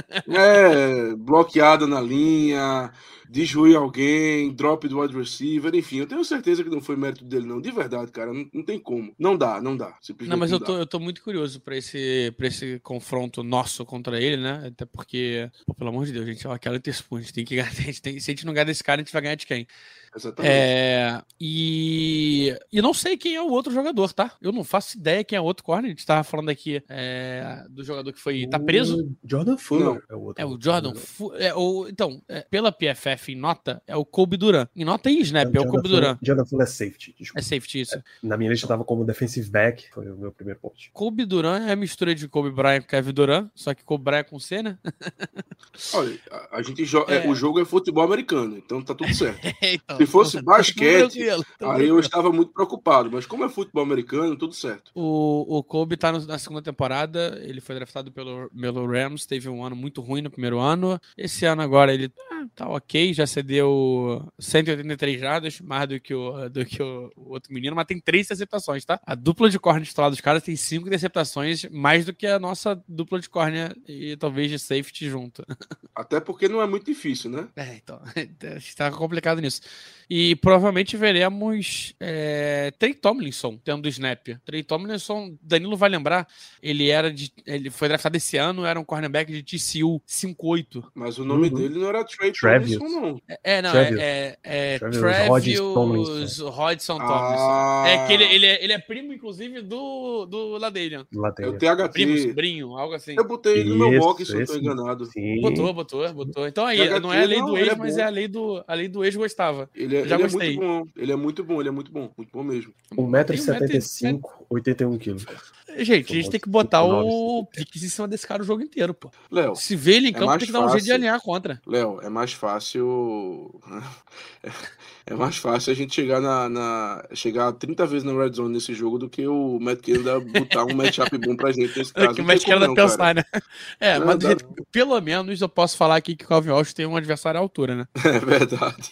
É, bloqueada na linha, desruir alguém, drop do wide receiver, enfim, eu tenho certeza que não foi mérito dele, não. De verdade, cara, não, não tem como. Não dá, não dá. Simplesmente Não, mas eu dá. tô, eu tô muito curioso pra esse, pra esse confronto nosso contra ele, né? Até porque, pô, pelo amor de Deus, gente, ó, aquela Interspoon, a gente tem que ganhar. A gente tem, se a gente não ganhar desse cara, a gente vai ganhar de quem? Exatamente. É, e, e não sei quem é o outro jogador, tá? Eu não faço ideia quem é o outro corner. A gente tava falando aqui é, do jogador que foi. Tá preso? O Jordan Fuller é o outro. É o Jordan. Fu- é, o, então, é, pela P F F em nota, é o Kobe Durant. Em nota e snap, é, o Kobe Durant. Jordan Fuller é safety, desculpa. É safety isso. Na minha lista tava como defensive back, foi o meu primeiro ponto. Kobe Durant é a mistura de Kobe Bryant com Kevin Durant, só que Kobe Bryant com C, né? Olha, a, a gente joga. É. O jogo é futebol americano, então tá tudo certo. Então, Se fosse tá basquete, tranquilo, tá aí tranquilo. eu estava muito preocupado, mas como é futebol americano, tudo certo. O, o Kobe tá no- na segunda temporada, ele foi draftado pelo, pelo Rams, teve um ano muito ruim no primeiro ano. Esse ano agora ele ah, tá ok, já cedeu cento e oitenta e três jardas, mais do que, o, do que o, o outro menino, mas tem três interceptações, tá? A dupla de corner titular dos caras tem cinco interceptações, mais do que a nossa dupla de corner e talvez de safety junto. Até porque não é muito difícil, né? É, então, está complicado nisso. E provavelmente veremos é, Trey Tomlinson tendo snap. Trey Tomlinson, Danilo vai lembrar, ele era de, ele foi draftado esse ano, era um cornerback de T C U cinco oito. Mas o nome Uhum. dele não era Trey Travis. Tomlinson, não. É, não, Travis. é, é, é Travis Travis Hodgson Tomlinson. Hodgson Tomlinson. Ah, É que ele, ele, é, ele é primo, inclusive, do, do Ladarian. Lá é tem. o T H Primo, T. sobrinho, algo assim. Eu botei ele no meu Isso, mock, se eu não tô esse. enganado. Sim. Botou, botou, botou. Então aí, T H T não é a lei não, do ele ex, é mas bom. é a lei do, a lei do ex gostava. Ele é, Já ele é gostei. muito bom. Ele é muito bom, ele é muito bom. Muito bom mesmo. um metro e Tem um metro setenta e- e cinco, oitenta e um quilos. Gente, a gente tem que botar o cinco nove. Pix em cima desse cara o jogo inteiro, pô. Léo, Se vê ele em é campo, mais tem que dar um jeito de fácil. alinhar contra. Léo, é mais fácil. É mais fácil a gente chegar na, na- chegar trinta vezes na red zone nesse jogo do que o Matt Canada botar um matchup bom pra gente nesse caso. que Não mais tem como quero não, pensar, cara. né? É, Não, mas do dá- jeito que- pelo menos eu posso falar aqui que o Calvin Walsh tem um adversário à altura, né? É verdade.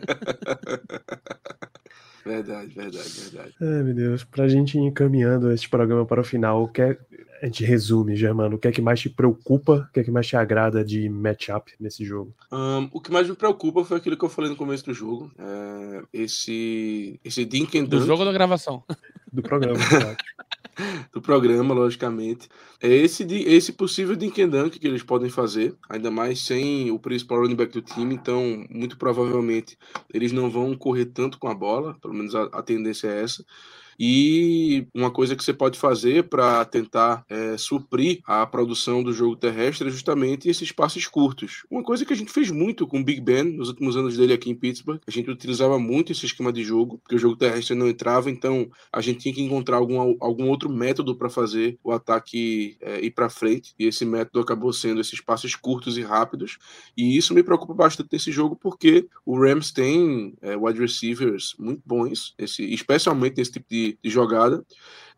Verdade, verdade, verdade. Ai, meu Deus. Pra gente ir encaminhando esse programa para o final, o que é... a gente resume, Germano, o que é que mais te preocupa, o que é que mais te agrada de matchup nesse jogo? Ahn, o que mais me preocupa foi aquilo que eu falei no começo do jogo. É, esse, esse Dink and Do Dunk jogo ou da gravação? Do programa, claro. do programa, logicamente. É esse, de, esse possível Dink and Dunk que eles podem fazer, ainda mais sem o principal running back do time, então muito provavelmente eles não vão correr tanto com a bola, pelo menos a, a tendência é essa. E uma coisa que você pode fazer para tentar é, suprir a produção do jogo terrestre é justamente esses passes curtos. Uma coisa que a gente fez muito com o Big Ben nos últimos anos dele aqui em Pittsburgh, a gente utilizava muito esse esquema de jogo, porque o jogo terrestre não entrava, então a gente tinha que encontrar algum, algum outro método para fazer o ataque é, ir para frente, e esse método acabou sendo esses passes curtos e rápidos, e isso me preocupa bastante nesse jogo, porque o Rams tem é, wide receivers muito bons, esse, especialmente nesse tipo de de jogada.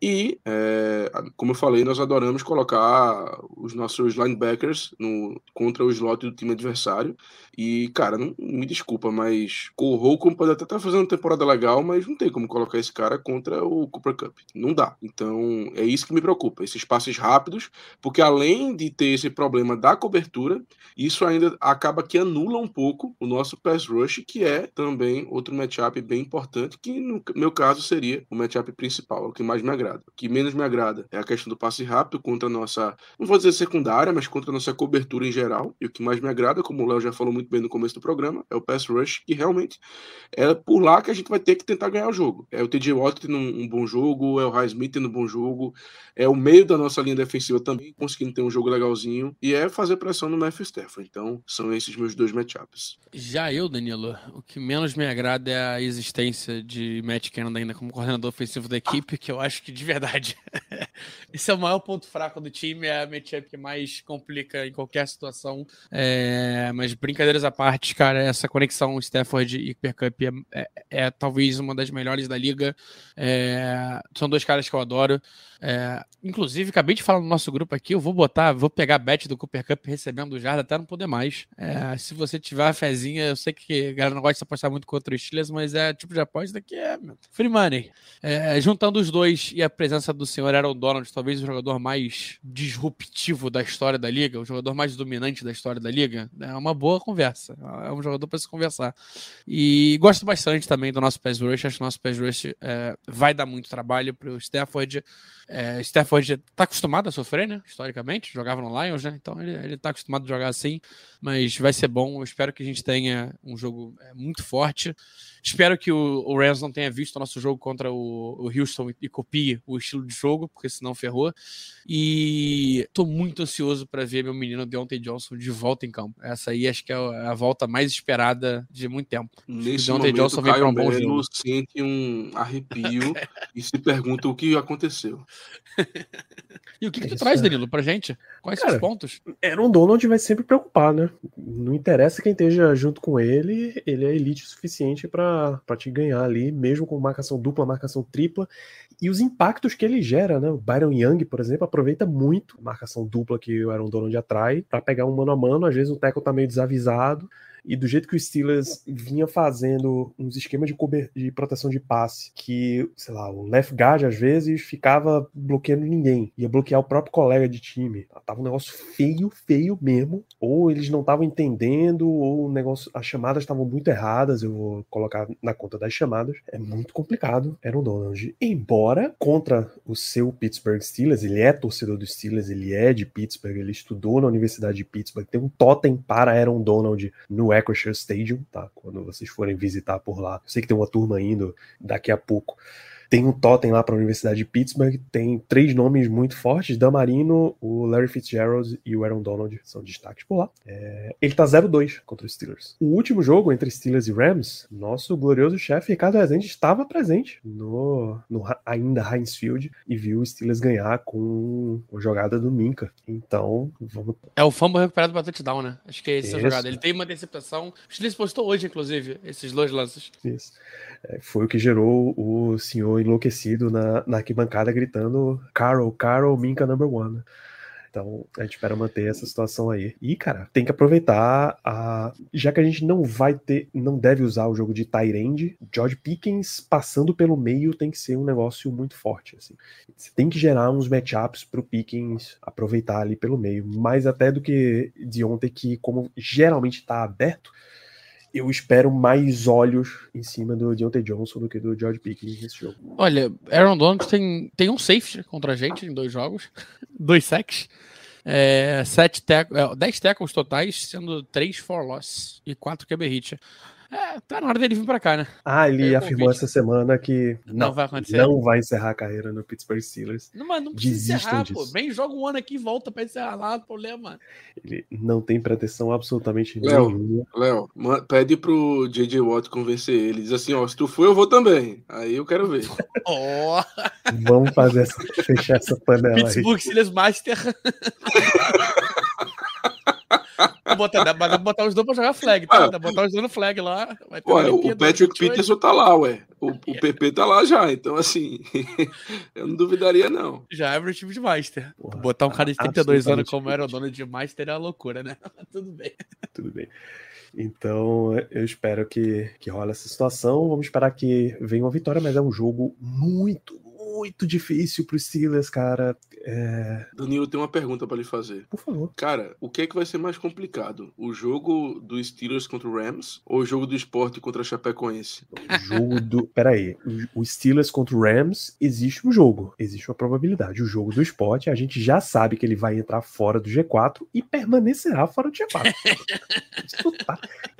E, é, como eu falei, nós adoramos colocar os nossos linebackers no, contra o slot do time adversário. E, cara, não me desculpa, mas o Holcomb pode até estar fazendo uma temporada legal, mas não tem como colocar esse cara contra o Cooper Kupp. Não dá. Então, é isso que me preocupa. Esses passes rápidos, porque além de ter esse problema da cobertura, isso ainda acaba que anula um pouco o nosso pass rush, que é também outro matchup bem importante, que no meu caso seria o matchup principal, é o que mais me agrada. O que menos me agrada é a questão do passe rápido contra a nossa, não vou dizer secundária, mas contra a nossa cobertura em geral. E o que mais me agrada, como o Léo já falou muito bem no começo do programa, é o pass rush, que realmente é por lá que a gente vai ter que tentar ganhar o jogo. É o T J Watt tendo um, um bom jogo, é o Highsmith tendo um bom jogo, é o meio da nossa linha defensiva também conseguindo ter um jogo legalzinho, e é fazer pressão no Matthew Stafford. Então, são esses meus dois matchups. Já eu, Danilo, o que menos me agrada é a existência de Matt Canada ainda como coordenador ofensivo da equipe, que eu acho que, de verdade, esse é o maior ponto fraco do time, é a matchup que mais complica em qualquer situação. É, mas, brincadeiras à parte, cara, essa conexão Stafford e Cooper Kupp é, é, é talvez uma das melhores da liga. É, são dois caras que eu adoro. É, inclusive, acabei de falar no nosso grupo aqui, eu vou botar, vou pegar a bet do Cooper Kupp recebendo o jarda até não poder mais. É, se você tiver a fezinha, eu sei que a galera não gosta de apostar muito contra os Steelers, mas é tipo de aposta que é meu, free money. É, juntando os dois e a presença do senhor Aaron Donald, talvez o jogador mais disruptivo da história da liga, o jogador mais dominante da história da liga, é uma boa conversa. É um jogador para se conversar. E gosto bastante também do nosso pass rush, acho que o nosso pass rush é, vai dar muito trabalho para o Stafford. É, Stafford tá acostumado a sofrer, né? Historicamente, jogava no Lions, né? Então ele, ele tá acostumado a jogar assim, mas vai ser bom. Eu espero que a gente tenha um jogo é, muito forte. Espero que o, o Rams não tenha visto o nosso jogo contra o, o Houston e copie o estilo de jogo, porque senão ferrou. E tô muito ansioso para ver meu menino Deontay Johnson de volta em campo. Essa aí acho que é a volta mais esperada de muito tempo. Nesse Deontay momento, Johnson vem Caio para um bom Belo jogo. sente um arrepio e se pergunta o que aconteceu. E o que, que tu Isso traz, é. Danilo, pra gente? Quais são os Cara, pontos? Aaron Donald vai sempre preocupar, né? Não interessa quem esteja junto com ele, ele é elite o suficiente pra pra te ganhar ali, mesmo com marcação dupla, marcação tripla, e os impactos que ele gera, né? O Byron Young, por exemplo, aproveita muito a marcação dupla que o Aaron Donald atrai pra pegar um mano a mano, às vezes o tackle tá meio desavisado. E do jeito que o Steelers vinha fazendo uns esquemas de, cober- de proteção de passe, que, sei lá, o left guard às vezes ficava bloqueando ninguém, ia bloquear o próprio colega de time. Tava um negócio feio, feio mesmo. Ou eles não estavam entendendo, ou o negócio, as chamadas estavam muito erradas. Eu vou colocar na conta das chamadas. É muito complicado. Era o Donald. Embora contra o seu Pittsburgh Steelers, ele é torcedor dos Steelers, ele é de Pittsburgh, ele estudou na Universidade de Pittsburgh, tem um totem para Aaron Donald no Acrisure Stadium, tá? Quando vocês forem visitar por lá. Eu sei que tem uma turma indo daqui a pouco. Tem um totem lá para a Universidade de Pittsburgh, tem três nomes muito fortes, Dan Marino, o Larry Fitzgerald e o Aaron Donald são destaques por lá. É, ele tá zero dois contra os Steelers. O último jogo entre Steelers e Rams, nosso glorioso chefe Ricardo Rezende estava presente no, no ainda Heinz Field e viu os Steelers ganhar com a jogada do Minka. Então, vamos... É o fumble recuperado para touchdown, né? Acho que é essa Isso. jogada. Ele tem uma interceptação. O Steelers postou hoje, inclusive, esses dois lances. Isso. É, foi o que gerou o senhor enlouquecido na, na arquibancada gritando Carol, Carol, Minka number one. Então a gente espera manter essa situação aí. E, cara, tem que aproveitar a... já que a gente não vai ter, não deve usar o jogo de tight end, George Pickens passando pelo meio tem que ser um negócio muito forte, assim. Você tem que gerar uns matchups pro Pickens aproveitar ali pelo meio, mais até do que de ontem, que como geralmente tá aberto, eu espero mais olhos em cima do Deontay Johnson do que do George Pickens nesse jogo. Olha, Aaron Donald tem, tem um safety contra a gente em dois jogos, dois sacks, é, sete tack, é, dez tackles totais, sendo três for loss e quatro Q B hit. É, tá na hora dele vir pra cá, né? Ah, ele É, afirmou convite. essa semana que não, Não vai acontecer. não vai encerrar a carreira no Pittsburgh Steelers. Não, mas não precisa Desistam encerrar, disso. pô. Vem, joga um ano aqui e volta pra encerrar lá, problema. Ele não tem pretensão absolutamente Léo. nenhuma. Léo, ma- pede pro J J Watt convencer ele. Diz assim, ó, se tu for, eu vou também. Aí eu quero ver. Ó, Vamos fazer essa, fechar essa panela aí. Pittsburgh Steelers Master. Vou botar, dá pra botar os dois pra jogar flag, tá? Dá pra botar os dois no flag lá. Vai ter Ué, o Patrick Peterson tá lá, ué. O, o P P tá lá já, então assim, eu não duvidaria, não. Já abre o time de Master. Porra, Botar um cara de trinta e dois anos como absolutamente era o dono de Master é uma loucura, né? Tudo bem. Tudo bem. Então, eu espero que, que role essa situação. Vamos esperar que venha uma vitória, mas é um jogo muito, muito difícil pro Steelers, cara. É... Danilo, tem uma pergunta pra lhe fazer. Por favor. Cara, o que é que vai ser mais complicado? O jogo do Steelers contra o Rams ou o jogo do Sport contra a Chapecoense? O jogo do... Peraí. O Steelers contra o Rams, existe um jogo. Existe uma probabilidade. O jogo do Sport, a gente já sabe que ele vai entrar fora do G quatro e permanecerá fora do G quatro. Isso tá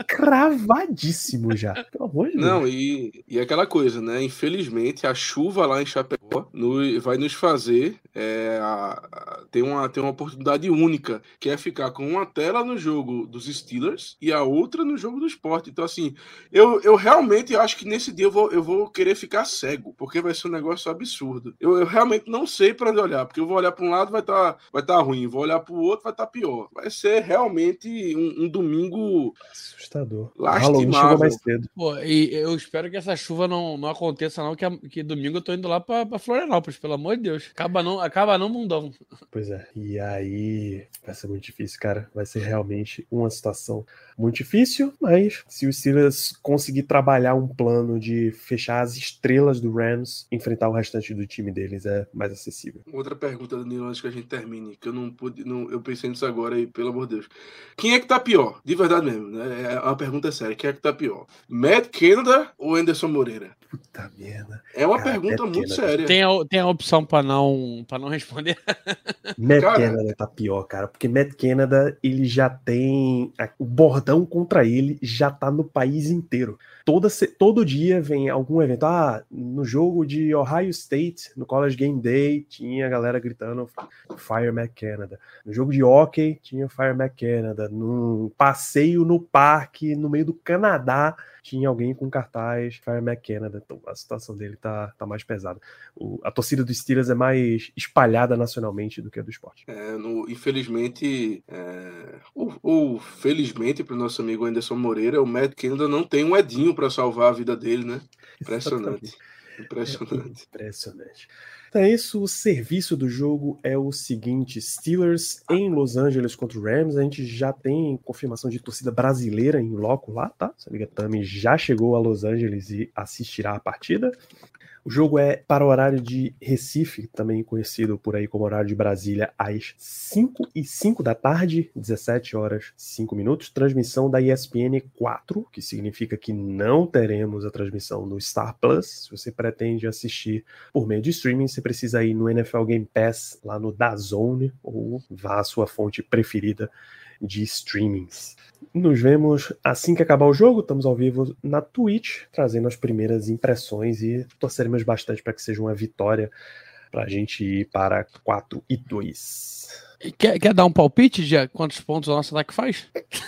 cravadíssimo já. Pelo amor de Deus. Não, e, e aquela coisa, né? Infelizmente, a chuva lá em Chapecó no, vai nos fazer é, a, a, ter, uma, ter uma oportunidade única, que é ficar com uma tela no jogo dos Steelers e a outra no jogo do Sport. Então, assim, eu, eu realmente acho que nesse dia eu vou, eu vou querer ficar cego, porque vai ser um negócio absurdo. Eu, eu realmente não sei para onde olhar, porque eu vou olhar para um lado, vai estar tá, vai tá ruim, vou olhar para o outro, vai estar tá pior. Vai ser realmente um, um domingo assustador. Lastimável. Chegou mais cedo. Pô, e eu espero que essa chuva não, não aconteça, não, que, a, que domingo eu tô indo lá pra, pra Florianópolis, pelo amor de Deus. Acaba não, acaba não mundão. Pois é. E aí vai ser muito difícil, cara. Vai ser realmente uma situação muito difícil, mas se o Steelers conseguir trabalhar um plano de fechar as estrelas do Rams, enfrentar o restante do time deles é mais acessível. Outra pergunta, Danilo, antes que a gente termine, que eu não pude, não, eu pensei nisso agora e, pelo amor de Deus. Quem é que tá pior? De verdade mesmo, né? É uma pergunta séria. Quem é que tá pior? Matt Canada ou Anderson Moreira? Puta merda. É uma Cara, pergunta Matt muito Canada. séria. Tem a, tem a opção pra não, pra não responder? Matt Cara, Canada tá pior, cara, porque Matt Canada, ele já tem... O bordão contra ele já tá no país inteiro. Toda, todo dia vem algum evento. Ah, no jogo de Ohio State, no College Game Day, tinha a galera gritando Fire Matt Canada. No jogo de hockey, tinha Fire Matt Canada. Num passeio no parque, no meio do Canadá, tinha alguém com cartaz Fire Matt Canada. Então a situação dele tá, tá mais pesada. O, a torcida dos Steelers é mais espalhada nacionalmente do que a do esporte. É, no, infelizmente, é, ou, ou felizmente para o nosso amigo Anderson Moreira, o Matt Canada não tem um edinho para salvar a vida dele, né? Impressionante. Impressionante. É impressionante. Então é isso, o serviço do jogo é o seguinte: Steelers em Los Angeles contra o Rams. A gente já tem confirmação de torcida brasileira em loco lá, tá? Se liga, Tami já chegou a Los Angeles e assistirá a partida. O jogo é para o horário de Recife, também conhecido por aí como horário de Brasília, às cinco e cinco da tarde, dezessete horas e cinco minutos. Transmissão da E S P N quatro, que significa que não teremos a transmissão no Star Plus. Se você pretende assistir por meio de streaming, você precisa ir no N F L Game Pass, lá no DAZN, ou vá à sua fonte preferida de streamings. Nos vemos assim que acabar o jogo. Estamos ao vivo na Twitch, trazendo as primeiras impressões e torceremos bastante para que seja uma vitória para a gente ir para quatro e dois. Quer, quer dar um palpite de quantos pontos o nosso ataque faz?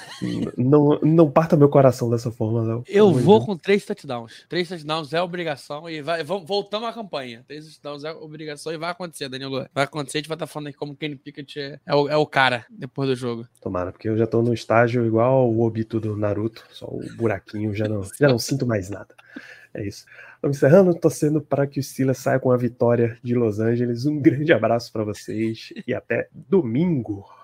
Não, não parta meu coração dessa forma, Léo. Eu vou com três touchdowns. Três touchdowns é obrigação e vai, vamos, voltamos à campanha. Três touchdowns é obrigação e vai acontecer, Danilo. Vai acontecer, a gente vai estar falando aqui como Kenny Pickett é, é, o, é o cara depois do jogo. Tomara, porque eu já tô no estágio igual o Obito do Naruto, só o buraquinho, já não, já não sinto mais nada. É isso. Vamos encerrando, torcendo para que o Steelers saia com a vitória de Los Angeles. Um grande abraço para vocês e até domingo.